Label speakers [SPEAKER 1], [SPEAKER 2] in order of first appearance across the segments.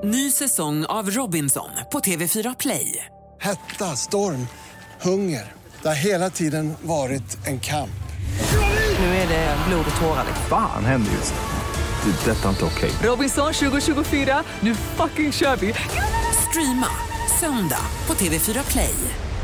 [SPEAKER 1] Ny säsong av Robinson på TV4 Play.
[SPEAKER 2] Hetta, storm, hunger. Det har hela tiden varit en kamp.
[SPEAKER 1] Nu är det blod och tårar.
[SPEAKER 3] Fan händer just nu. Det. Detta är inte okej.
[SPEAKER 1] Robinson 2024, nu fucking kör vi. Streama söndag på TV4 Play.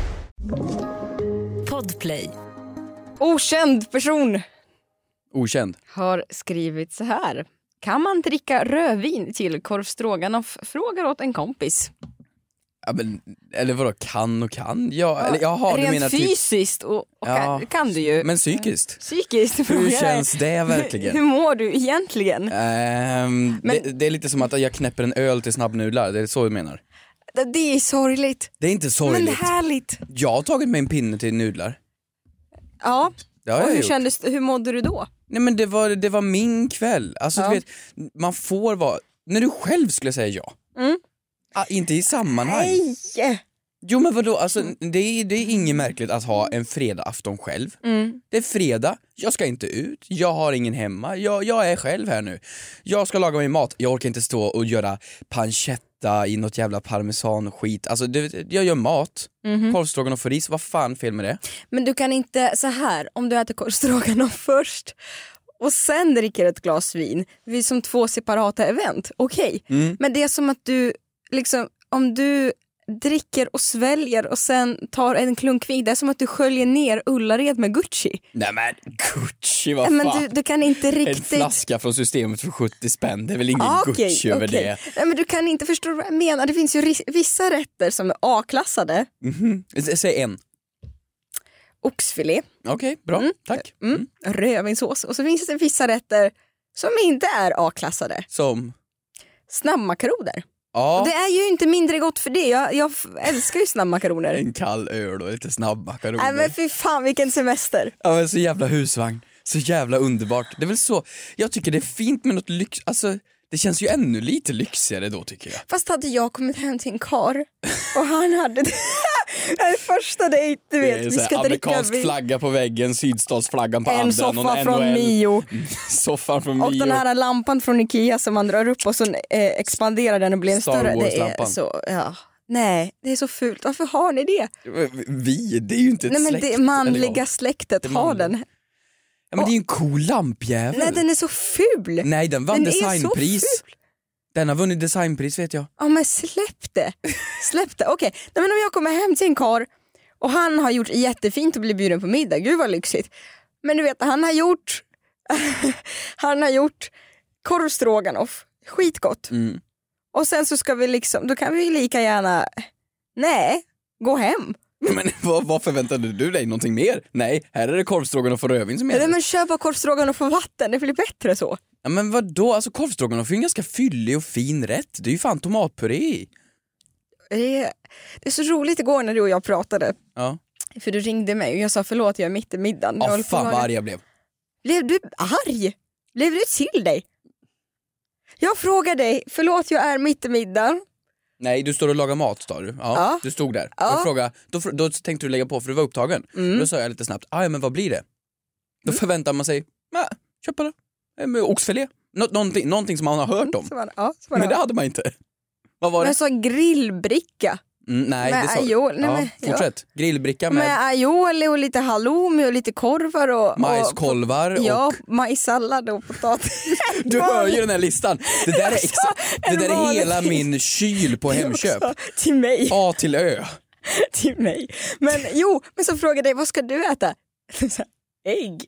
[SPEAKER 1] Podplay.
[SPEAKER 4] Okänd person
[SPEAKER 5] Okänd.
[SPEAKER 4] har skrivit så här. Kan man dricka rödvin till korvstroganoff? Frågar åt en kompis.
[SPEAKER 5] Ja, men, eller vadå, kan och kan? Ja, eller, jaha,
[SPEAKER 4] rent
[SPEAKER 5] du menar
[SPEAKER 4] fysiskt och
[SPEAKER 5] ja,
[SPEAKER 4] kan du ju.
[SPEAKER 5] Men psykiskt?
[SPEAKER 4] Psykiskt.
[SPEAKER 5] Hur känns det verkligen?
[SPEAKER 4] Hur mår du egentligen?
[SPEAKER 5] Det är lite som att jag knäpper en öl till snabbnudlar. Det är så du menar?
[SPEAKER 4] Det är sorgligt.
[SPEAKER 5] Det är inte sorgligt.
[SPEAKER 4] Men härligt.
[SPEAKER 5] Jag har tagit mig en pinne till nudlar.
[SPEAKER 4] Ja.
[SPEAKER 5] Det har
[SPEAKER 4] och
[SPEAKER 5] jag
[SPEAKER 4] hur
[SPEAKER 5] gjort.
[SPEAKER 4] kändes, hur mådde du då?
[SPEAKER 5] Nej, men det var min kväll. Alltså du vet, man får vara... När du själv skulle säga ja. Inte i sammanhang.
[SPEAKER 4] Nej!
[SPEAKER 5] Jo, men vadå, alltså, det är inget märkligt att ha en fredag afton själv. Det är fredag, jag ska inte ut, jag har ingen hemma, jag är själv här nu. Jag ska laga min mat, jag orkar inte stå och göra pancetta i något jävla parmesan-skit. Alltså, jag gör mat, korvstroganoff och ris, vad fan fel med det?
[SPEAKER 4] Men du kan inte, så här, om du äter korvstroganoff först och sen dricker ett glas vin, vi är som två separata event, okej. Men det är som att du, liksom, om du dricker och sväljer och sen tar en klunk vin, det är som att du sköljer ner Ullared med Gucci.
[SPEAKER 5] Nej men Gucci, vad
[SPEAKER 4] men
[SPEAKER 5] fan?
[SPEAKER 4] du kan inte riktigt...
[SPEAKER 5] En flaska från systemet för 70 spänn, det är väl ingen Gucci över det.
[SPEAKER 4] Nej, men du kan inte förstå vad jag menar. Det finns ju vissa rätter som är A-klassade.
[SPEAKER 5] Säg en.
[SPEAKER 4] Oxfilé.
[SPEAKER 5] Okej, bra, tack.
[SPEAKER 4] Rödvinssås. Och så finns det vissa rätter som inte är A-klassade.
[SPEAKER 5] Som?
[SPEAKER 4] Snabbmakaroner.
[SPEAKER 5] Ja.
[SPEAKER 4] Och det är ju inte mindre gott för det. Jag älskar ju snabbmakaroner.
[SPEAKER 5] En kall öl och lite snabbmakaroner.
[SPEAKER 4] Nej men fy fan, vilken semester.
[SPEAKER 5] Ja, men så jävla husvagn. Så jävla underbart. Det är väl så, jag tycker det är fint med något lyx. Alltså, det känns ju ännu lite lyxigare då, tycker jag.
[SPEAKER 4] Fast hade jag kommit hem till en kar och han hade en första dejt, du vet, vi ska dricka
[SPEAKER 5] amerikansk flagga på väggen, sydstatsflaggan på
[SPEAKER 4] en
[SPEAKER 5] andra.
[SPEAKER 4] soffa från Mio.
[SPEAKER 5] Soffan från
[SPEAKER 4] Och
[SPEAKER 5] Mio.
[SPEAKER 4] den här lampan från Ikea som man drar upp och så expanderar den och blir en
[SPEAKER 5] Star
[SPEAKER 4] större. Det är
[SPEAKER 5] Wars-lampan.
[SPEAKER 4] så, ja. Nej, det är så fult. Varför har ni det?
[SPEAKER 5] Det är ju inte ett
[SPEAKER 4] Nej, men
[SPEAKER 5] släkt.
[SPEAKER 4] det manliga släktet har den.
[SPEAKER 5] Ja, men det är ju en cool lampjävel.
[SPEAKER 4] Nej, den är så ful.
[SPEAKER 5] Nej, den vann designpris.
[SPEAKER 4] Är så ful.
[SPEAKER 5] Den har vunnit designpris, vet jag.
[SPEAKER 4] Ja, men släpp det. Släpp det. Okej. Nej, men om jag kommer hem till en kar och han har gjort jättefint och blir bjuden på middag. Gud vad lyxigt. Men du vet, han har gjort korvstroganoff. Skitgott. Och sen så ska vi liksom, då kan vi lika gärna, gå hem.
[SPEAKER 5] Men vad förväntade du dig? Någonting mer? Nej, här är det korvstroganoff och rödvin som gäller.
[SPEAKER 4] Nej, men köpa korvstroganoff och vatten, det blir bättre så.
[SPEAKER 5] Ja, men vadå? Alltså korvstroganoff är ju en ganska fyllig och fin rätt. Det är ju fan tomatpuré i.
[SPEAKER 4] Det är så roligt igår när du och jag pratade.
[SPEAKER 5] Ja.
[SPEAKER 4] För du ringde mig och jag sa förlåt, jag är mitt i middagen.
[SPEAKER 5] Ja, fan vad arg jag blev.
[SPEAKER 4] Blev du arg? Blev du till dig? Jag frågar dig, förlåt jag är mitt i middagen.
[SPEAKER 5] Nej, du står och lagar mat, sa du. Ja. Du stod där.
[SPEAKER 4] Ja.
[SPEAKER 5] Jag frågade, då tänkte du lägga på för du var upptagen. Då sa jag lite snabbt, men vad blir det? Då förväntar man sig, köpa det. Med oxfilé. Någonting som man har hört om. Men det hade man inte. Vad var det?
[SPEAKER 4] Men jag sa grillbricka.
[SPEAKER 5] Nej,
[SPEAKER 4] med
[SPEAKER 5] det sa
[SPEAKER 4] aioli.
[SPEAKER 5] Fortsätt. Grillbricka
[SPEAKER 4] med aioli och lite halloumi och lite korvar och
[SPEAKER 5] majskolvar och...
[SPEAKER 4] Ja, majssallad och potatis.
[SPEAKER 5] Du hör ju den här listan. Det där är hela min kyl på Hemköp.
[SPEAKER 4] Till mig.
[SPEAKER 5] A till Ö.
[SPEAKER 4] Till mig. Men så frågade jag, vad ska du äta? Ägg.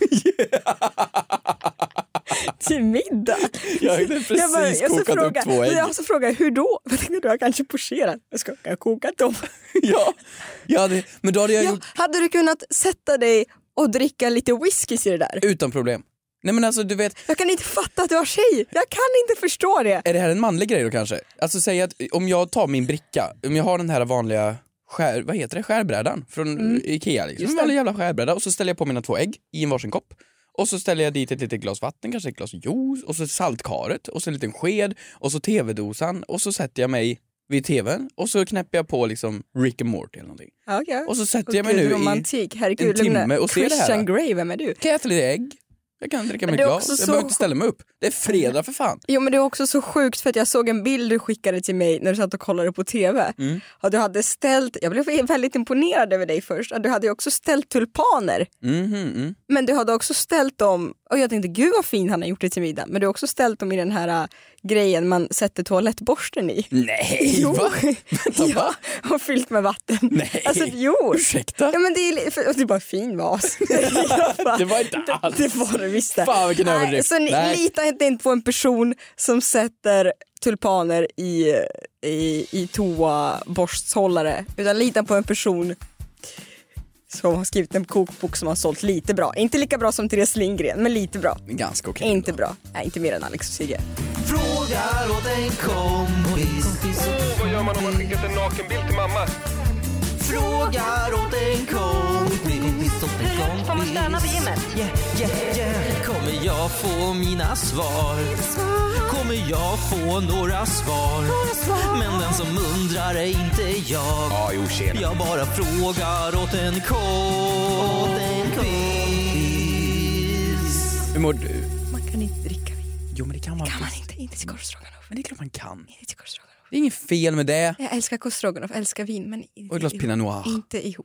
[SPEAKER 4] Till middag.
[SPEAKER 5] Jag hade precis kokat upp 2 ägg.
[SPEAKER 4] Jag så frågade, hur då? Jag tänkte, du har kanske pocherat. Ska jag koka dem?
[SPEAKER 5] Men då hade jag gjort...
[SPEAKER 4] Hade du kunnat sätta dig och dricka lite whisky i det där?
[SPEAKER 5] Utan problem. Nej, men alltså, du vet...
[SPEAKER 4] Jag kan inte fatta att du har tjej. Jag kan inte förstå det.
[SPEAKER 5] Är det här en manlig grej då kanske? Alltså säg att om jag tar min bricka, om jag har den här vanliga skärbrädan från Ikea liksom. En vanlig jävla skärbräda, och så ställer jag på mina 2 ägg i en varsin kopp. Och så ställer jag dit ett litet glas vatten, kanske ett glas juice, och så saltkaret, och så en liten sked, och så tv-dosan, och så sätter jag mig vid tvn, och så knäpper jag på liksom Rick and Morty eller någonting.
[SPEAKER 4] Okay.
[SPEAKER 5] Och så sätter jag mig nu
[SPEAKER 4] romantik.
[SPEAKER 5] i en timme och ser det här.
[SPEAKER 4] Christian Grey, vem är du?
[SPEAKER 5] Kan jag äta lite ägg? Jag kan dricka mig glas. Jag behöver inte ställa mig upp. Det är fredag för fan.
[SPEAKER 4] Jo, men det är också så sjukt för att jag såg en bild du skickade till mig när du satt och kollade på TV. Och du hade ställt, jag blev väldigt imponerad över dig först. Du hade ju också ställt tulpaner. Men du hade också ställt dem, och jag tänkte gud vad fin han har gjort det till middag. Men du har också ställt dem i den här grejen man sätter toalettborsten i.
[SPEAKER 5] Nej,
[SPEAKER 4] jo.
[SPEAKER 5] va?
[SPEAKER 4] Ja, och fyllt med vatten.
[SPEAKER 5] Nej,
[SPEAKER 4] alltså, jo.
[SPEAKER 5] Ursäkta?
[SPEAKER 4] Ja, men det är bara fin vas.
[SPEAKER 5] Det var inte alls.
[SPEAKER 4] Det var det visst.
[SPEAKER 5] Fan vilken överdrift.
[SPEAKER 4] Så ni litar inte på en person som sätter tulpaner i toaborsthållare, utan litar på en person som har skrivit en kokbok som har sålt lite bra. Inte lika bra som Therese Lindgren, men lite bra.
[SPEAKER 5] Ganska okej.
[SPEAKER 4] Inte bra. Nej, inte mer än Alex och Sigge.
[SPEAKER 6] Frågar åt en kompis.
[SPEAKER 7] Vad gör man om man skickat en nakenbild till mamma?
[SPEAKER 6] Frågar åt en kompis.
[SPEAKER 4] Får man stanna vid gymmet?
[SPEAKER 6] Yeah. Kommer jag få mina svar? Kommer jag få några svar? Men den som undrar är inte jag.
[SPEAKER 7] Ja, jo, tjena.
[SPEAKER 6] Jag bara frågar åt en kompis.
[SPEAKER 5] Hur mår du?
[SPEAKER 4] Man kan inte dricka vin.
[SPEAKER 5] Jo, men det kan man.
[SPEAKER 4] Kan man inte till korvstroganoff.
[SPEAKER 5] Men det är klart man kan.
[SPEAKER 4] Inte till korvstroganoff.
[SPEAKER 5] Det är inget fel med det.
[SPEAKER 4] Jag älskar korvstroganoff, älskar vin, men inte
[SPEAKER 5] Och ett glas Pinot Noir.
[SPEAKER 4] Inte ihop.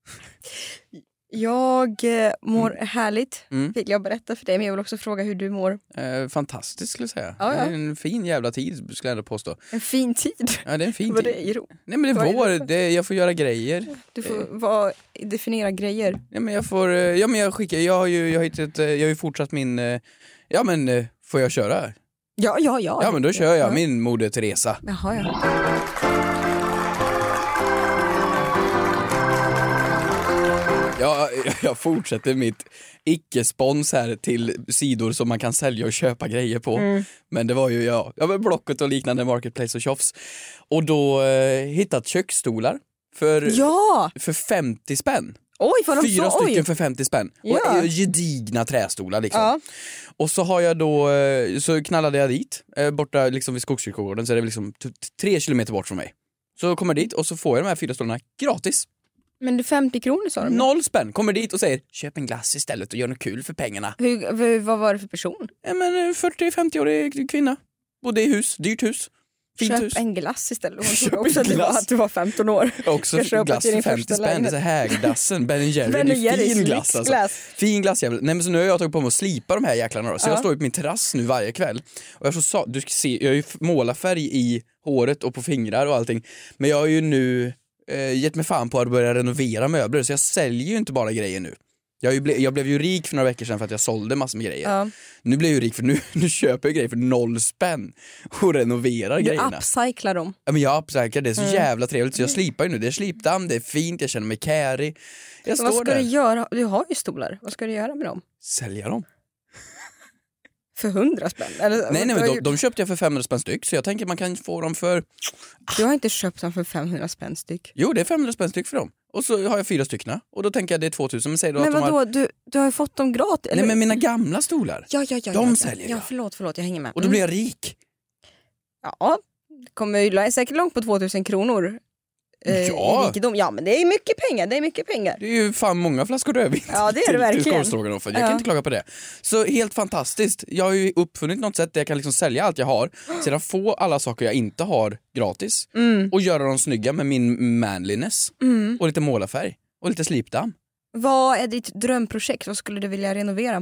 [SPEAKER 4] Jag mår härligt, vill jag berätta för dig, men jag vill också fråga hur du mår.
[SPEAKER 5] Fantastiskt skulle jag säga.
[SPEAKER 4] Ja.
[SPEAKER 5] Det är en fin jävla tid skulle jag ändå påstå.
[SPEAKER 4] En fin tid.
[SPEAKER 5] Ja, det är en fin
[SPEAKER 4] Vad
[SPEAKER 5] tid.
[SPEAKER 4] det är ro.
[SPEAKER 5] Nej, men det är vår. Jag får göra grejer.
[SPEAKER 4] Du får definiera grejer.
[SPEAKER 5] Ja, men jag får. Ja, men jag skickar. Jag har ju fortsatt min. Ja, men får jag köra?
[SPEAKER 4] Ja.
[SPEAKER 5] Ja, men då kör jag min Moder Teresa.
[SPEAKER 4] Jaha, ja.
[SPEAKER 5] Jag fortsätter mitt icke-spons här till sidor som man kan sälja och köpa grejer på. Men det var ju Blocket och liknande Marketplace och Tjofs. Och då hittat köksstolar för 50 spänn.
[SPEAKER 4] Oj, vad de
[SPEAKER 5] 4
[SPEAKER 4] så,
[SPEAKER 5] stycken för 50 spänn.
[SPEAKER 4] Ja.
[SPEAKER 5] Och gedigna trästolar liksom.
[SPEAKER 4] Ja.
[SPEAKER 5] Och så har jag då, så knallade jag dit, borta liksom vid Skogskyrkogården, så är det liksom 3 kilometer bort från mig. Så kommer jag dit och så får jag de här 4 stolarna gratis.
[SPEAKER 4] Men du 50 kronor sa de?
[SPEAKER 5] 0 spänn. Kommer dit och säger köp en glass istället och gör något kul för pengarna.
[SPEAKER 4] Vad var det för person?
[SPEAKER 5] Ja, men 40-50-årig kvinna. Bodde i hus, dyrt hus. Fint
[SPEAKER 4] Köp
[SPEAKER 5] hus.
[SPEAKER 4] en glass istället. Hon
[SPEAKER 5] Köp
[SPEAKER 4] trodde också
[SPEAKER 5] en glass.
[SPEAKER 4] att du var 15 år.
[SPEAKER 5] Också glass för 50 spänn. Det är så hägdassen. Ben & Jerry.
[SPEAKER 4] Ben &
[SPEAKER 5] Det är
[SPEAKER 4] Jerrys
[SPEAKER 5] fin glass alltså.
[SPEAKER 4] lyxglass.
[SPEAKER 5] Fin glass jävla. Nej, men så nu har jag tagit på mig att slipa de här jäklarna då. Så jag står på min terrass nu varje kväll. Och du ska se, jag har ju målarfärg i håret och på fingrar och allting. Men jag har ju nu gett mig fan på att börja renovera möbler. Så jag säljer ju inte bara grejer nu. Jag blev ju rik för några veckor sedan för att jag sålde massor med grejer.
[SPEAKER 4] Ja.
[SPEAKER 5] Nu blev jag ju rik för nu köper jag grejer för 0 spänn och renoverar grejerna.
[SPEAKER 4] Du upcyclar dem.
[SPEAKER 5] Ja, men jag upcyclar, det är så jävla trevligt. Så jag slipar ju nu, det är slipdamm, det är fint, jag känner mig kärig. Jag
[SPEAKER 4] Vad
[SPEAKER 5] står
[SPEAKER 4] ska
[SPEAKER 5] där.
[SPEAKER 4] du göra? Du har ju stolar. Vad ska du göra med dem?
[SPEAKER 5] Sälja dem?
[SPEAKER 4] För 100 spänn? Eller,
[SPEAKER 5] Nej, men de köpte jag för 500 spänn styck. Så jag tänker man kan få dem för...
[SPEAKER 4] Du har inte köpt dem för 500 spänn styck.
[SPEAKER 5] Jo, det är 500 spänn styck för dem. Och så har jag 4 stycken. Och då tänker jag det är 2000. Men säg då
[SPEAKER 4] Men
[SPEAKER 5] att de
[SPEAKER 4] vadå,
[SPEAKER 5] har...
[SPEAKER 4] du har ju fått dem gratis?
[SPEAKER 5] Nej, men mina gamla stolar.
[SPEAKER 4] Ja.
[SPEAKER 5] De säljer jag.
[SPEAKER 4] Ja, förlåt, jag hänger med.
[SPEAKER 5] Och då blir jag rik.
[SPEAKER 4] Ja, det kommer ju säkert långt på 2000 kronor.
[SPEAKER 5] Ja.
[SPEAKER 4] Rikedom. Ja, men det är mycket pengar,
[SPEAKER 5] Det är ju fan många flaskor rödvin.
[SPEAKER 4] Ja, det är det verkligen.
[SPEAKER 5] Till korvstroganoffen. Jag kan inte klaga på det. Så helt fantastiskt. Jag har ju uppfunnit något sätt där jag kan liksom sälja allt jag har. Sedan få alla saker jag inte har gratis. Och göra dem snygga med min manliness. Och lite målarfärg. Och lite slipdamm.
[SPEAKER 4] Vad är ditt drömprojekt? Vad skulle du vilja renovera?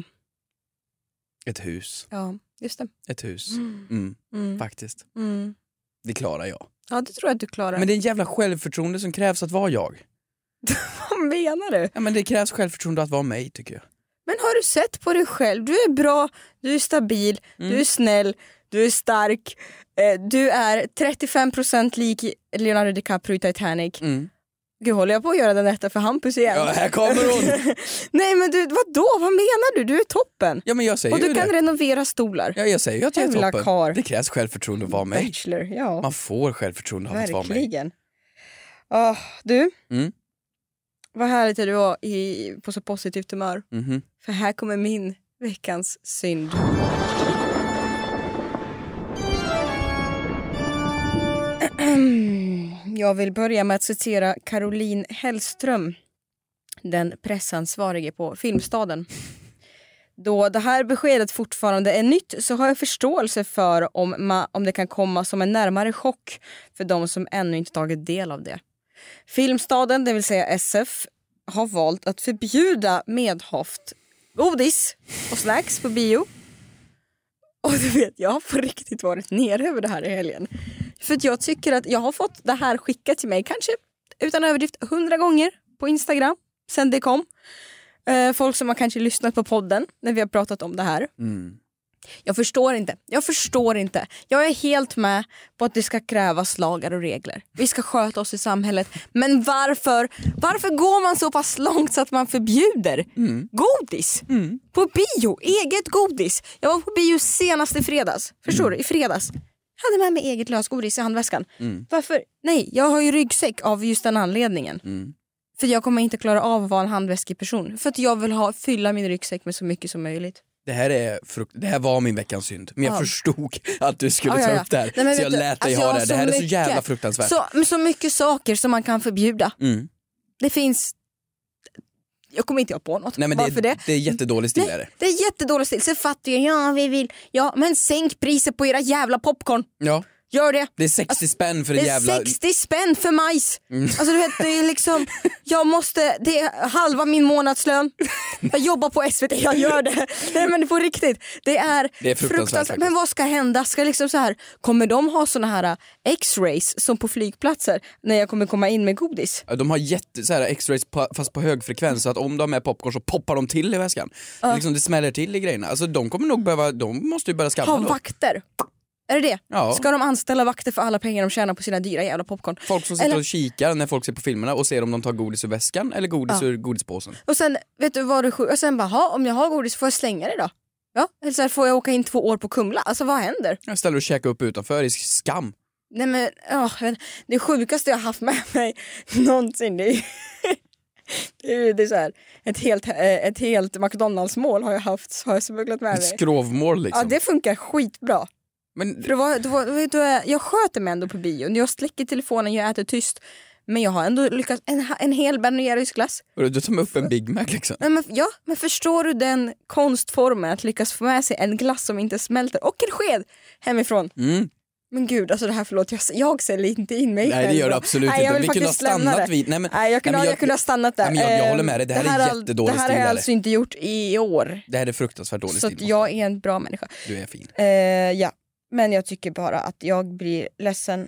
[SPEAKER 5] Ett hus.
[SPEAKER 4] Ja, just det.
[SPEAKER 5] Ett hus. Faktiskt. Det klarar jag.
[SPEAKER 4] Ja, det tror jag att du klarar.
[SPEAKER 5] Men det är en jävla självförtroende som krävs att vara jag.
[SPEAKER 4] Vad menar du?
[SPEAKER 5] Ja, men det krävs självförtroende att vara mig, tycker jag.
[SPEAKER 4] Men har du sett på dig själv? Du är bra, du är stabil, du är snäll, du är stark. Du är 35% lik Leonardo DiCaprio i Titanic. Gud, håller jag på att göra den rätta för Hampus igen?
[SPEAKER 5] Ja, här kommer hon!
[SPEAKER 4] Nej, men du, vadå? Vad menar du? Du är toppen.
[SPEAKER 5] Ja, men jag säger
[SPEAKER 4] och du
[SPEAKER 5] ju
[SPEAKER 4] kan
[SPEAKER 5] det.
[SPEAKER 4] renovera stolar.
[SPEAKER 5] Ja, jag säger ju att jag är
[SPEAKER 4] Jävla
[SPEAKER 5] toppen.
[SPEAKER 4] karl.
[SPEAKER 5] Det krävs självförtroende att vara mig.
[SPEAKER 4] Bachelor, ja.
[SPEAKER 5] Man får självförtroende av att vara mig.
[SPEAKER 4] Verkligen. Du, vad härligt att du var på så positivt humör. För här kommer min veckans synd. Jag vill börja med att citera Caroline Hellström, den pressansvarige på Filmstaden. Då det här beskedet fortfarande är nytt så har jag förståelse för om det kan komma som en närmare chock för de som ännu inte tagit del av det. Filmstaden, det vill säga SF, har valt att förbjuda medhaft godis och snacks på bio. Och du vet, jag har på riktigt varit nere över det här i helgen. För att jag tycker att jag har fått det här skickat till mig kanske utan överdrift 100 gånger på Instagram sen det kom. Folk som har kanske lyssnat på podden när vi har pratat om det här. Jag förstår inte. Jag är helt med på att det ska krävas lagar och regler. Vi ska sköta oss i samhället. Men varför går man så pass långt så att man förbjuder godis på bio? Eget godis. Jag var på bio senast i fredags. Förstår du? I fredags. Jag hade med mig eget lösgodis i handväskan. Varför? Nej, jag har ju ryggsäck av just den anledningen. För jag kommer inte klara av att vara en handväskeperson. För att jag vill fylla min ryggsäck med så mycket som möjligt.
[SPEAKER 5] Det här var min veckans synd. Men jag förstod att du skulle ta upp det här. Nej, så jag lät dig ha det. Det här är så jävla fruktansvärt.
[SPEAKER 4] Så mycket saker som man kan förbjuda. Det finns... Jag kommer inte ha på något.
[SPEAKER 5] Nej, men det är jättedålig stil.
[SPEAKER 4] Det är jättedålig stil. Så fattar jag, vi vill... Ja, men sänk priset på era jävla popcorn.
[SPEAKER 5] Ja.
[SPEAKER 4] Gör det.
[SPEAKER 5] Det är 60 spänn för det jävla...
[SPEAKER 4] Det är 60 spänn för majs. Alltså du vet, det är liksom... Det är halva min månadslön. Jag jobbar på SVT, jag gör det. Nej men på riktigt. Det är fruktansvärt. Men vad ska hända? Ska liksom så här, kommer de ha såna här X-rays som på flygplatser när jag kommer komma in med godis?
[SPEAKER 5] Ja, de har så här X-rays fast på hög frekvens, så att om de är popcorn så poppar de till i väskan. Liksom det smäller till i grejerna. Alltså de måste ju börja skaffa
[SPEAKER 4] ha vakter. Är det?
[SPEAKER 5] Ja.
[SPEAKER 4] Ska de anställa vakter för alla pengar de tjänar på sina dyra jävla popcorn?
[SPEAKER 5] Folk som sitter och kikar när folk ser på filmerna och ser om de tar godis ur väskan eller godis ur godispåsen.
[SPEAKER 4] Och sen, vet du vad och sen bara, om jag har godis får jag slänga det då? Ja, eller så här, får jag åka in 2 år på Kumla? Alltså vad händer?
[SPEAKER 5] Jag ställer och käka upp utanför i skam.
[SPEAKER 4] Nej men, det sjukaste jag har haft med mig någonsin, det är så här, ett helt McDonalds-mål har jag smugglat med mig.
[SPEAKER 5] Ett skrovmål liksom.
[SPEAKER 4] Ja, det funkar skitbra.
[SPEAKER 5] Men...
[SPEAKER 4] jag sköter mig ändå på bio. Jag släcker telefonen, jag äter tyst. Men jag har ändå lyckats en hel Bernieriusglass.
[SPEAKER 5] Du tar med upp en Big Mac liksom.
[SPEAKER 4] Men förstår du den konstformen att lyckas få med sig en glass som inte smälter och en sked hemifrån? Men gud, alltså det här, förlåt, jag säljer inte in mig.
[SPEAKER 5] Nej, det gör du absolut inte. Vi kunde ha stannat vid...
[SPEAKER 4] Jag kunde ha stannat där.
[SPEAKER 5] Men jag håller med dig, det här är jättedålig stil.
[SPEAKER 4] Det här har jag alltså inte gjort i år.
[SPEAKER 5] Det här är fruktansvärt dålig stil.
[SPEAKER 4] Så jag är en bra människa.
[SPEAKER 5] Du är fin.
[SPEAKER 4] Ja, men jag tycker bara att jag blir ledsen.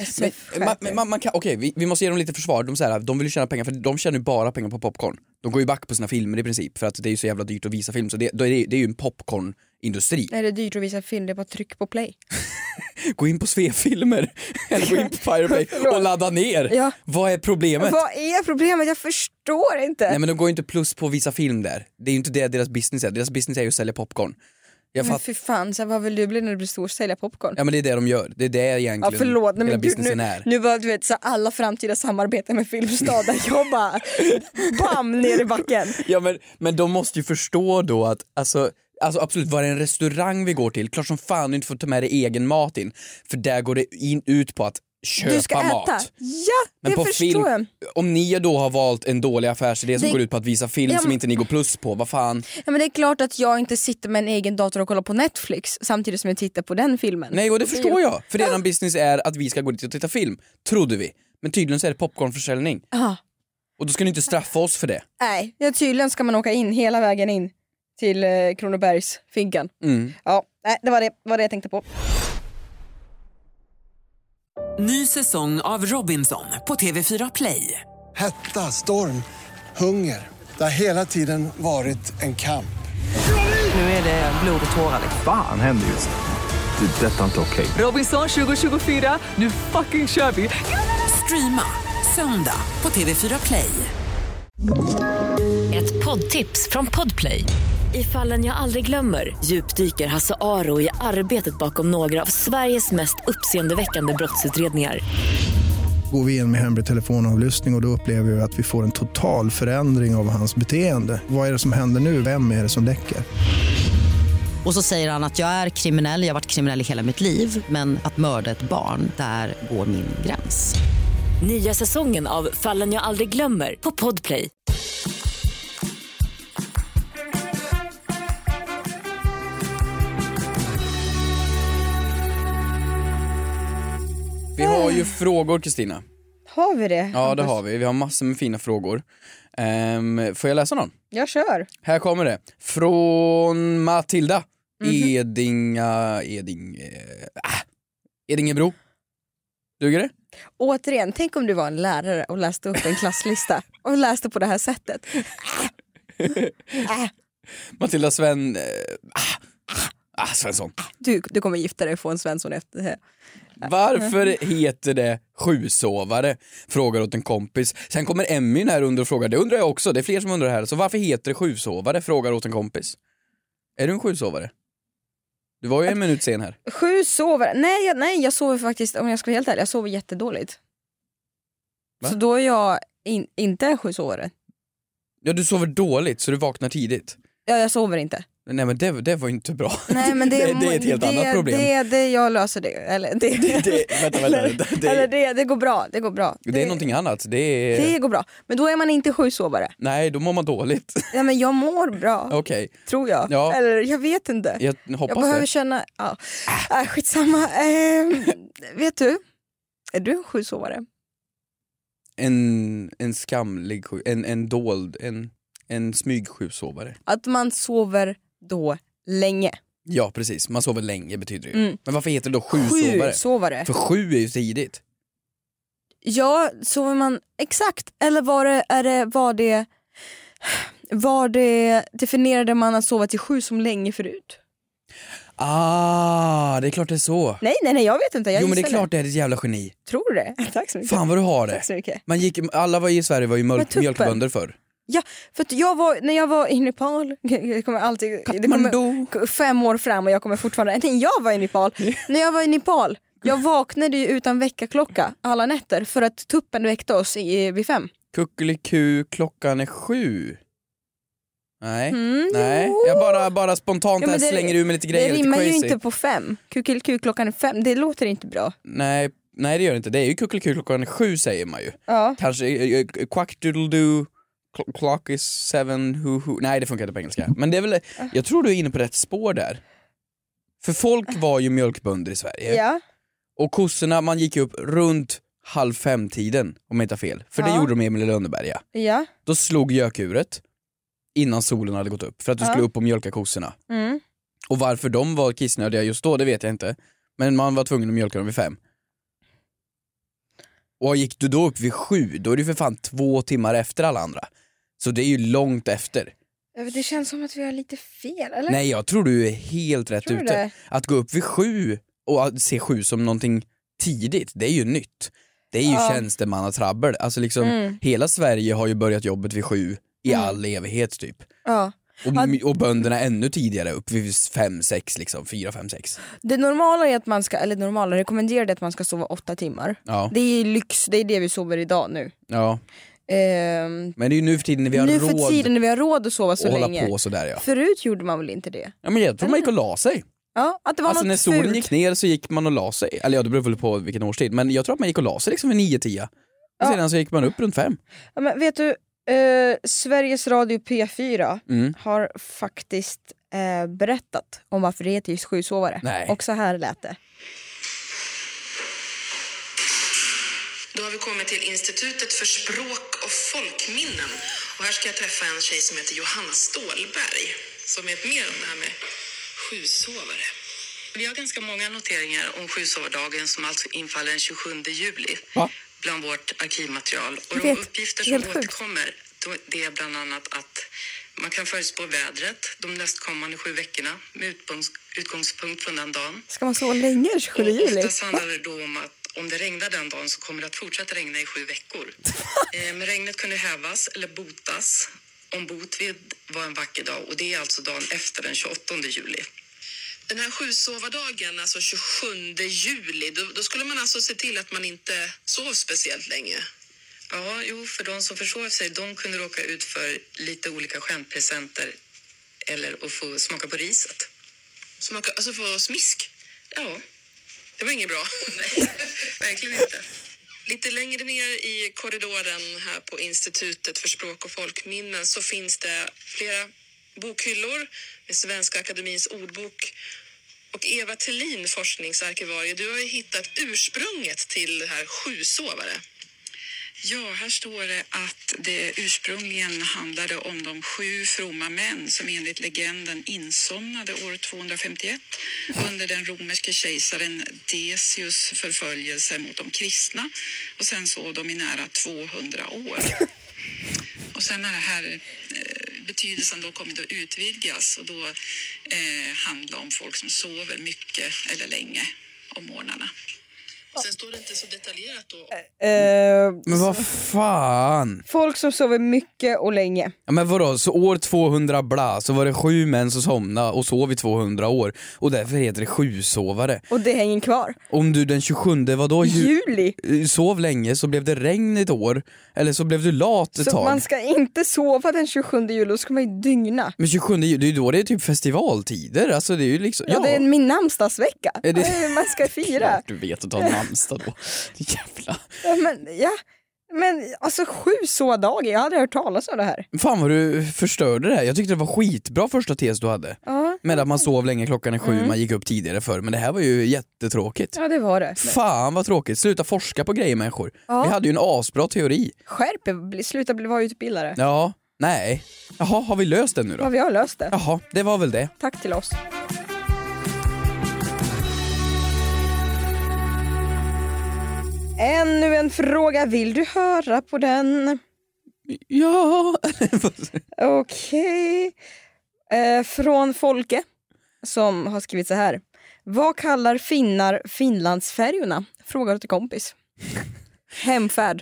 [SPEAKER 5] Vi måste ge dem lite försvar. De vill ju tjäna pengar, för de tjänar ju bara pengar på popcorn. De går ju back på sina filmer i princip, för att det är ju så jävla dyrt att visa film. Så det är ju en popcornindustri.
[SPEAKER 4] Nej, det är dyrt att visa film, det är bara tryck på play.
[SPEAKER 5] Gå in på Svefilmer eller gå in på Pirate Bay och ladda ner. Ja. Vad är problemet?
[SPEAKER 4] Jag förstår inte.
[SPEAKER 5] Nej, men de går ju inte plus på att visa film där. Det är ju inte det deras business är. Deras business är ju att sälja popcorn.
[SPEAKER 4] Men för fan, så vad vill du bli när du blir stor? Sälja popcorn?
[SPEAKER 5] Ja, men det är det de gör. Det är det egentligen hela businessen är.
[SPEAKER 4] Nu var du vet så alla framtida samarbeten med Filmstaden jag bara bam ner i backen.
[SPEAKER 5] Ja, men de måste ju förstå då att alltså absolut, var det en restaurang vi går till, klart som fan du inte får ta med dig egen mat in, för där går det ut på att köpa
[SPEAKER 4] du ska
[SPEAKER 5] mat.
[SPEAKER 4] Äta. Ja, men på film,
[SPEAKER 5] om ni då har valt en dålig affärsidé som går ut på att visa film som inte ni går plus på, vad fan?
[SPEAKER 4] Ja, men det är klart att jag inte sitter med en egen dator och kollar på Netflix samtidigt som jag tittar på den filmen.
[SPEAKER 5] Nej, och det förstår jag. För redan business är att vi ska gå dit och titta film, trodde vi. Men tydligen så är det popcornförsäljning.
[SPEAKER 4] Aha.
[SPEAKER 5] Och då ska ni inte straffa oss för det.
[SPEAKER 4] Nej, tydligen ska man åka in hela vägen in till Kronobergsfinkan. Ja, det var det jag tänkte på.
[SPEAKER 1] Ny säsong av Robinson på TV4 Play.
[SPEAKER 2] Hetta, storm, hunger. Det har hela tiden varit en kamp.
[SPEAKER 1] Nu är det blod och tårar.
[SPEAKER 3] Fan händer just det. Detta är inte okej.
[SPEAKER 1] Robinson 2024, nu fucking kör vi. Streama söndag på TV4 Play.
[SPEAKER 8] Ett poddtips från Podplay. I Fallen jag aldrig glömmer djupdyker Hasse Aro i arbetet bakom några av Sveriges mest uppseendeväckande brottsutredningar.
[SPEAKER 9] Går vi in med hemlig telefonavlyssning och då upplever vi att vi får en total förändring av hans beteende. Vad är det som händer nu? Vem är det som läcker?
[SPEAKER 10] Och så säger han att jag är kriminell, jag har varit kriminell i hela mitt liv, men att mörda ett barn, där går min gräns.
[SPEAKER 8] Nya säsongen av Fallen jag aldrig glömmer på Podplay.
[SPEAKER 5] Vi har ju frågor, Kristina.
[SPEAKER 4] Har vi det?
[SPEAKER 5] Ja, det har vi. Vi har massor med fina frågor. Får jag läsa någon?
[SPEAKER 4] Jag kör.
[SPEAKER 5] Här kommer det. Från Matilda. Edingebro. Duger det?
[SPEAKER 4] Återigen, tänk om du var en lärare och läste upp en klasslista och läste på det här sättet.
[SPEAKER 5] Matilda Svensson.
[SPEAKER 4] Du kommer gifta dig och få en Svensson efter det här.
[SPEAKER 5] Varför heter det sjusovare? Frågar åt en kompis. Sen kommer Emmy här under och frågar. Det undrar jag också, det är fler som undrar här. Så varför heter det sjusovare? Frågar åt en kompis. Är du en sjusovare? Du var ju en minut sen här.
[SPEAKER 4] Sjusovare? Nej, jag sover faktiskt, om jag ska vara helt ärlig, jag sover jättedåligt. Va? Så då är jag inte en sjusovare.
[SPEAKER 5] Ja, du sover dåligt så du vaknar tidigt.
[SPEAKER 4] Ja, jag sover inte.
[SPEAKER 5] Nej, men det var inte bra.
[SPEAKER 4] Nej, men det
[SPEAKER 5] är ett helt annat problem.
[SPEAKER 4] Det jag löser det. Eller det går bra. Det går bra.
[SPEAKER 5] Det är någonting annat. Det
[SPEAKER 4] går bra. Men då är man inte sjusovare.
[SPEAKER 5] Nej, då mår man dåligt.
[SPEAKER 4] Ja, men jag mår bra.
[SPEAKER 5] Okej.
[SPEAKER 4] Tror jag.
[SPEAKER 5] Ja.
[SPEAKER 4] Eller jag vet inte.
[SPEAKER 5] Jag hoppas
[SPEAKER 4] jag behöver
[SPEAKER 5] det.
[SPEAKER 4] Känna. Ja. Skitsamma. Vet du? Är du en sjusovare?
[SPEAKER 5] En skamlig en dold en smygsjusovare.
[SPEAKER 4] Att man sover då länge.
[SPEAKER 5] Ja, precis. Man sover länge betyder det ju. Men varför heter det då sjusovare? För 7 är ju tidigt.
[SPEAKER 4] Ja, sover man exakt. Eller var det definierade man att sova till 7 som länge förut?
[SPEAKER 5] Det är klart det är så.
[SPEAKER 4] Nej, jag vet inte.
[SPEAKER 5] Jo, men det är klart det är ett jävla geni.
[SPEAKER 4] Tror du det? Tack så mycket.
[SPEAKER 5] Fan vad du har det.
[SPEAKER 4] Tack så mycket.
[SPEAKER 5] Alla var i Sverige var ju mjölkbönder förr.
[SPEAKER 4] Ja, för att när jag var i Nepal, det kommer 5 år fram och jag kommer fortfarande, nej, jag var i Nepal. När jag var i Nepal, jag vaknade ju utan väckarklocka alla nätter för att tuppen väckte oss vid 5.
[SPEAKER 5] Kuckeliku, klockan är 7. Nej, jag bara spontant här slänger ur med lite grejer.
[SPEAKER 4] Det rimmar
[SPEAKER 5] lite
[SPEAKER 4] ju
[SPEAKER 5] crazy.
[SPEAKER 4] inte på 5. Kuckeliku, klockan är 5, det låter inte bra.
[SPEAKER 5] Nej, det gör det inte. Det är ju kuckeliku, klockan är 7 säger man ju.
[SPEAKER 4] Ja.
[SPEAKER 5] Kanske quack-doodle-doo. Clock is 7, Nej, det funkar inte på engelska. Men det är väl, jag tror du är inne på rätt spår där. För folk var ju mjölkbönder i Sverige.
[SPEAKER 4] Ja.
[SPEAKER 5] Och kossorna, man gick upp runt 4:30 om jag inte har fel. För det gjorde de Emil i Lönneberga.
[SPEAKER 4] Ja.
[SPEAKER 5] Då slog gökuret innan solen hade gått upp. För att du skulle upp och mjölka kossorna. Och varför de var kissnödiga just då, det vet jag inte. Men man var tvungen att mjölka dem vid 5. Och gick du då upp vid 7, då är du för fan 2 timmar efter alla andra. Så det är ju långt efter.
[SPEAKER 4] Det känns som att vi har lite fel, eller?
[SPEAKER 5] Nej, jag tror du är helt rätt ute.
[SPEAKER 4] Det?
[SPEAKER 5] Att gå upp vid 7 och se 7 som någonting tidigt, det är ju nytt. Det är ju tjänstemannatrabbel. Alltså liksom, hela Sverige har ju börjat jobbet vid 7 i all evighet typ.
[SPEAKER 4] Ja.
[SPEAKER 5] Och bönderna ännu tidigare upp vid 5-6 liksom, 4-5-6.
[SPEAKER 4] Det normala är att man ska, eller normala rekommenderade att man ska sova 8 timmar.
[SPEAKER 5] Ja.
[SPEAKER 4] Det är lyx, det är det vi sover idag nu.
[SPEAKER 5] Ja. Men det är ju nu för tiden när vi har råd
[SPEAKER 4] att sova så
[SPEAKER 5] och
[SPEAKER 4] länge.
[SPEAKER 5] Hålla på så där, ja.
[SPEAKER 4] Förut gjorde man väl inte det?
[SPEAKER 5] Ja, men jag tror man gick och la sig.
[SPEAKER 4] Ja, att det var
[SPEAKER 5] alltså
[SPEAKER 4] något
[SPEAKER 5] när solen
[SPEAKER 4] fult.
[SPEAKER 5] gick ner så gick man och la sig. Eller ja, det beror väl på vilken årstid. Men jag tror att man gick och la sig liksom vid 9-10. Och sedan så gick man upp runt 5.
[SPEAKER 4] Ja, men vet du, Sveriges Radio P4 har faktiskt berättat om varför det heter just sjusovare.
[SPEAKER 5] Nej.
[SPEAKER 4] Och så här lät det.
[SPEAKER 11] Då har vi kommit till Institutet för språk och folkminnen. Och här ska jag träffa en tjej som heter Johanna Stålberg, som vet mer om det här med sjusovare. Vi har ganska många noteringar om sjusovardagen som alltså infaller den 27 juli bland vårt arkivmaterial. Och de uppgifter som återkommer, det är bland annat att man kan förutspå vädret de nästkommande 7 veckorna med utgångspunkt från den dagen.
[SPEAKER 4] Ska man så länge 27 juli?
[SPEAKER 11] Oftast handlar det då om att om det regnar den dagen så kommer det att fortsätta regna i 7 veckor. Men regnet kunde hävas eller botas om Botvid var en vacker dag, och det är alltså dagen efter den 28 juli. Den här sjusovardagen, alltså 27 juli, då skulle man alltså se till att man inte sov speciellt länge. Ja, för de som försov sig, de kunde råka ut för lite olika skämtpresenter eller att få smaka på riset. Alltså få smisk. Ja, det var inget bra. Nej, verkligen inte. Lite längre ner i korridoren här på Institutet för språk och folkminnen så finns det flera bokhyllor med Svenska Akademins ordbok Och Eva Thelin, forskningsarkivarie, du har ju hittat ursprunget till det här sjusovare.
[SPEAKER 12] Ja, här står det att det ursprungligen handlade om de 7 fromma män som enligt legenden insomnade år 251 under den romerske kejsaren Decius förföljelse mot de kristna, och sen sov de i nära 200 år. Och sen har det här betydelsen då kommit att utvidgas och då handla om folk som sover mycket eller länge om morgnarna. Och sen står det inte så detaljerat då.
[SPEAKER 5] Men vad fan?
[SPEAKER 4] Folk som sover mycket och länge.
[SPEAKER 5] Ja, men vadå, så år 200 bla så var det 7 män som somnade och sov i 200 år. Och därför heter det sjusovare.
[SPEAKER 4] Och det hänger kvar.
[SPEAKER 5] Om du den 27 vadå,
[SPEAKER 4] juli
[SPEAKER 5] sov länge, så blev det regn ett år. Eller så blev du lat ett
[SPEAKER 4] så
[SPEAKER 5] tag.
[SPEAKER 4] Man ska inte sova den 27 juli, då ska man ju dygna.
[SPEAKER 5] Men 27 juli, det är ju då det är typ festivaltider. Alltså det är ju liksom,
[SPEAKER 4] ja, det är min namnsdagsvecka.
[SPEAKER 5] Det...
[SPEAKER 4] Man ska fira.
[SPEAKER 5] Du vet att ta namnsdag då. Jävla.
[SPEAKER 4] Men alltså 7 så dagar, jag hade hört talas om det här.
[SPEAKER 5] Fan vad du förstörde det här. Jag tyckte det var skitbra första tes du hade. Med att man sov länge, klockan är 7, man gick upp tidigare förr. Men det här var ju jättetråkigt.
[SPEAKER 4] Ja, det var det.
[SPEAKER 5] Fan vad tråkigt, sluta forska på grejer människor. Vi hade ju en asbra teori.
[SPEAKER 4] Sluta vara utbildare.
[SPEAKER 5] Ja, nej. Jaha, har vi löst det nu då?
[SPEAKER 4] Ja, vi har löst det.
[SPEAKER 5] Jaha, det var väl det.
[SPEAKER 4] Tack till oss. Ännu en fråga, vill du höra på den?
[SPEAKER 5] Ja.
[SPEAKER 4] Okej. Från Folke som har skrivit så här. Vad kallar finnar Finlandsfärjorna? Frågar du till kompis. Hemfärd.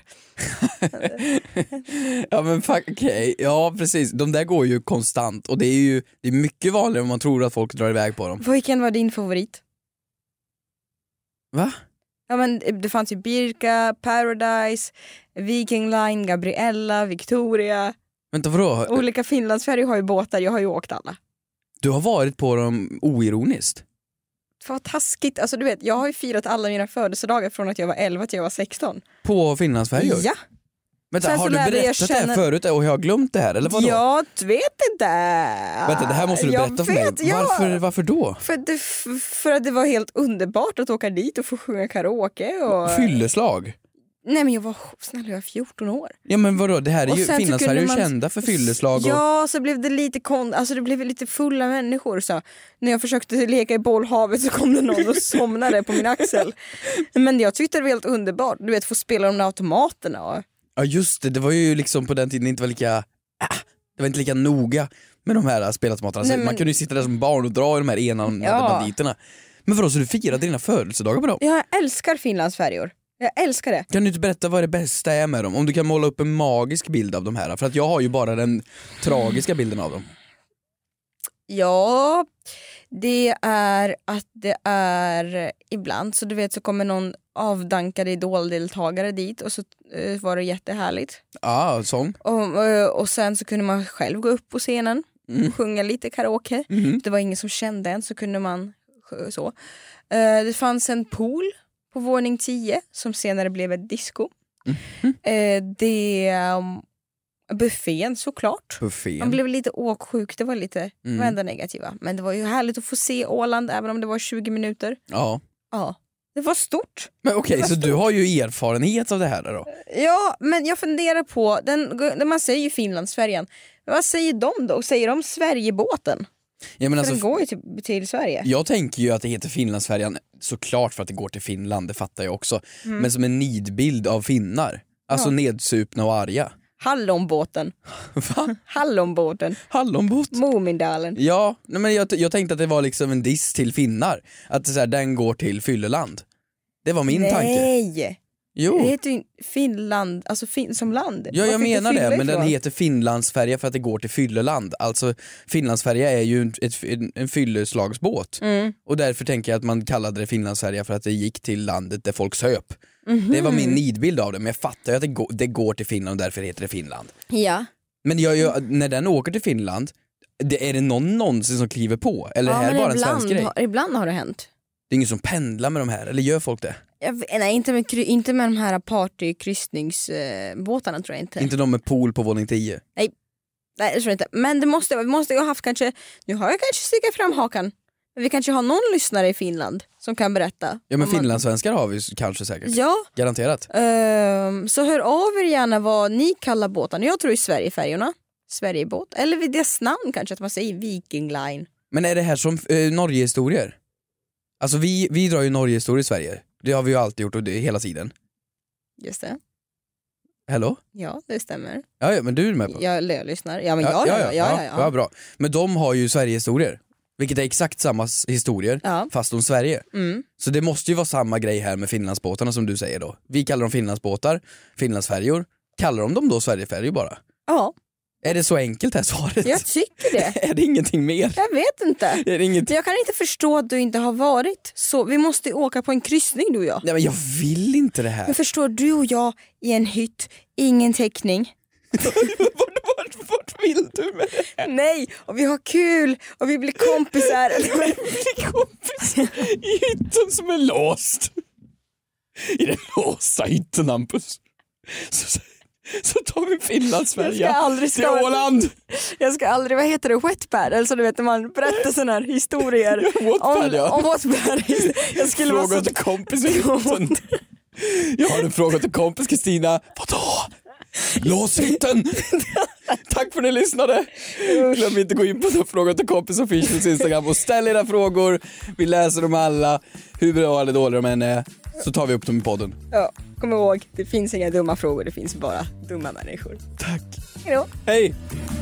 [SPEAKER 5] Ja men okej. Ja precis, de där går ju konstant. Och det är mycket vanligare om man tror att folk drar iväg på dem.
[SPEAKER 4] Vilken var din favorit?
[SPEAKER 5] Va?
[SPEAKER 4] Ja men det fanns ju Birka, Paradise, Viking Line, Gabriella, Victoria.
[SPEAKER 5] Vänta, vadå?
[SPEAKER 4] Olika Finlandsfärjor har ju båtar, jag har ju åkt alla.
[SPEAKER 5] Du har varit på dem oironiskt?
[SPEAKER 4] Vad taskigt, alltså du vet, jag har ju firat alla mina födelsedagar från att jag var 11 till jag var 16.
[SPEAKER 5] På Finlandsfärjor?
[SPEAKER 4] Ja.
[SPEAKER 5] Vänta, har du berättat det här förut och jag har glömt det här, eller vadå?
[SPEAKER 4] Jag vet inte.
[SPEAKER 5] Vänta, det här måste du berätta för mig. Varför då?
[SPEAKER 4] För att det var helt underbart att åka dit och få sjunga karaoke. Och...
[SPEAKER 5] Fylleslag?
[SPEAKER 4] Nej men jag var 14 år.
[SPEAKER 5] Ja men vadå, det här är ju Finlandsfärjor är kända för fylleslag.
[SPEAKER 4] Ja, så blev det lite alltså det blev lite fulla människor så. När jag försökte leka i bollhavet så kom det någon och somnade på min axel. Men jag tyckte det var helt underbart, du vet, få spela de där automaterna och...
[SPEAKER 5] Ja just det var ju liksom på den tiden inte var lika det var inte lika noga med de här spelautomaterna. Nej, man kunde ju sitta där som barn och dra i de här enarmade banditerna. Men vadå, så du firade dina födelsedagar på dem?
[SPEAKER 4] Jag älskar Finlandsfärjor. Jag älskar det.
[SPEAKER 5] Kan du inte berätta vad det bästa är med dem? Om du kan måla upp en magisk bild av de här. För att jag har ju bara den tragiska bilden av dem.
[SPEAKER 4] Ja, det är att det är ibland så du vet så kommer någon avdankade idoldeltagare dit och så var det jättehärligt.
[SPEAKER 5] Ja, sång.
[SPEAKER 4] Och sen så kunde man själv gå upp på scenen och sjunga lite karaoke. Det var ingen som kände en, så kunde man så. Det fanns en pool på våning 10 som senare blev ett disco. Buffén såklart. Man blev lite åksjuk, det var lite vända negativa. Men det var ju härligt att få se Åland även om det var 20 minuter.
[SPEAKER 5] Ja.
[SPEAKER 4] Det var stort.
[SPEAKER 5] Men okej, så du har ju erfarenhet av det här då?
[SPEAKER 4] Ja, men jag funderar på, man säger ju Finlandsfärjan. Men vad säger de då? Säger de Sverigebåten?
[SPEAKER 5] Ja, men alltså,
[SPEAKER 4] den går ju till Sverige.
[SPEAKER 5] Jag tänker ju att det heter Finlandsfärjan såklart för att det går till Finland, det fattar jag också. Men som en nidbild av finnar. Alltså nedsupna och arga.
[SPEAKER 4] Hallonbåten.
[SPEAKER 5] Va?
[SPEAKER 4] Hallonbåten.
[SPEAKER 5] Hallonbåt?
[SPEAKER 4] Mumindalen.
[SPEAKER 5] Ja, men jag tänkte att det var liksom en diss till finnar. Att det så här, den går till Fylleland. Det var min tanke.
[SPEAKER 4] Nej.
[SPEAKER 5] Jo.
[SPEAKER 4] Det heter ju Finland, alltså som land.
[SPEAKER 5] Ja, jag menar det, men den heter Finlandsfärja för att det går till Fylleland. Alltså Finlandsfärja är ju en fylleslagsbåt. Och därför tänker jag att man kallade det Finlandsfärja för att det gick till landet där folk söp. Det var min nidbild av det, men jag fattar ju att det går till Finland och därför heter det Finland.
[SPEAKER 4] Ja.
[SPEAKER 5] Men när den åker till Finland, är det någon någonsin som kliver på? Eller är det bara en svensk grej?
[SPEAKER 4] Ibland har det hänt.
[SPEAKER 5] Det är ingen som pendlar med de här, eller gör folk det?
[SPEAKER 4] Nej, inte med de här partykryssningsbåtarna tror jag inte.
[SPEAKER 5] Inte de med pool på våning 10?
[SPEAKER 4] Nej, det tror jag inte. Men vi måste ju ha haft kanske, nu har jag kanske stickat fram hakan. Vi kanske har någon lyssnare i Finland som kan berätta.
[SPEAKER 5] Ja, men finlandssvenskar har vi kanske säkert.
[SPEAKER 4] Ja.
[SPEAKER 5] Garanterat.
[SPEAKER 4] Så hör av er gärna vad ni kallar båtarna. Jag tror i Sverigefärjorna. Sverigebåt. Eller vid dess namn kanske, att man säger Viking Line.
[SPEAKER 5] Men är det här som Norge-historier? Alltså vi drar ju Norge-historier i Sverige. Det har vi ju alltid gjort och det hela tiden. Just det. Hello?
[SPEAKER 4] Ja, det stämmer.
[SPEAKER 5] Ja, men du är med på.
[SPEAKER 4] Jag lyssnar. Ja, men
[SPEAKER 5] ja, bra. Men de har ju Sverige-historier. Vilket är exakt samma historier, fast om Sverige. Så det måste ju vara samma grej här med Finlandsbåtarna som du säger då. Vi kallar dem Finlandsbåtar, Finlandsfärjor. Kallar de dem då Sverigefärjor bara?
[SPEAKER 4] Ja.
[SPEAKER 5] Är det så enkelt här svaret?
[SPEAKER 4] Jag tycker det.
[SPEAKER 5] Är det ingenting mer?
[SPEAKER 4] Jag vet inte.
[SPEAKER 5] Är det ingenting?
[SPEAKER 4] Jag kan inte förstå att du inte har varit. Så vi måste åka på en kryssning, du och jag.
[SPEAKER 5] Nej, men jag vill inte det här.
[SPEAKER 4] Men förstår du och jag i en hytt, ingen täckning.
[SPEAKER 5] Vart vill du med det här?
[SPEAKER 4] Nej, och vi har kul och vi blir kompisar.
[SPEAKER 5] I hytten som är låst. I den låsta hytten, Hampus. Så tar vi Finlandsfärja till Åland.
[SPEAKER 4] Jag ska aldrig, vad heter det, wetpad? Eller så du vet när man berättar sådana här historier. Om wetpad. Jag skulle
[SPEAKER 5] fråga vara till kompis i hytten. Jag har en fråga till kompis, Kristina. Vadå? Lås hytten! Tack för att ni lyssnade. Glöm inte gå in på Fråga till kompis officials Instagram och ställ era frågor. Vi läser dem alla. Hur bra eller dåliga de än är, så tar vi upp dem i podden.
[SPEAKER 4] Ja, kom ihåg, det finns inga dumma frågor, det finns bara dumma människor.
[SPEAKER 5] Tack.
[SPEAKER 4] Hejdå.
[SPEAKER 5] Hej.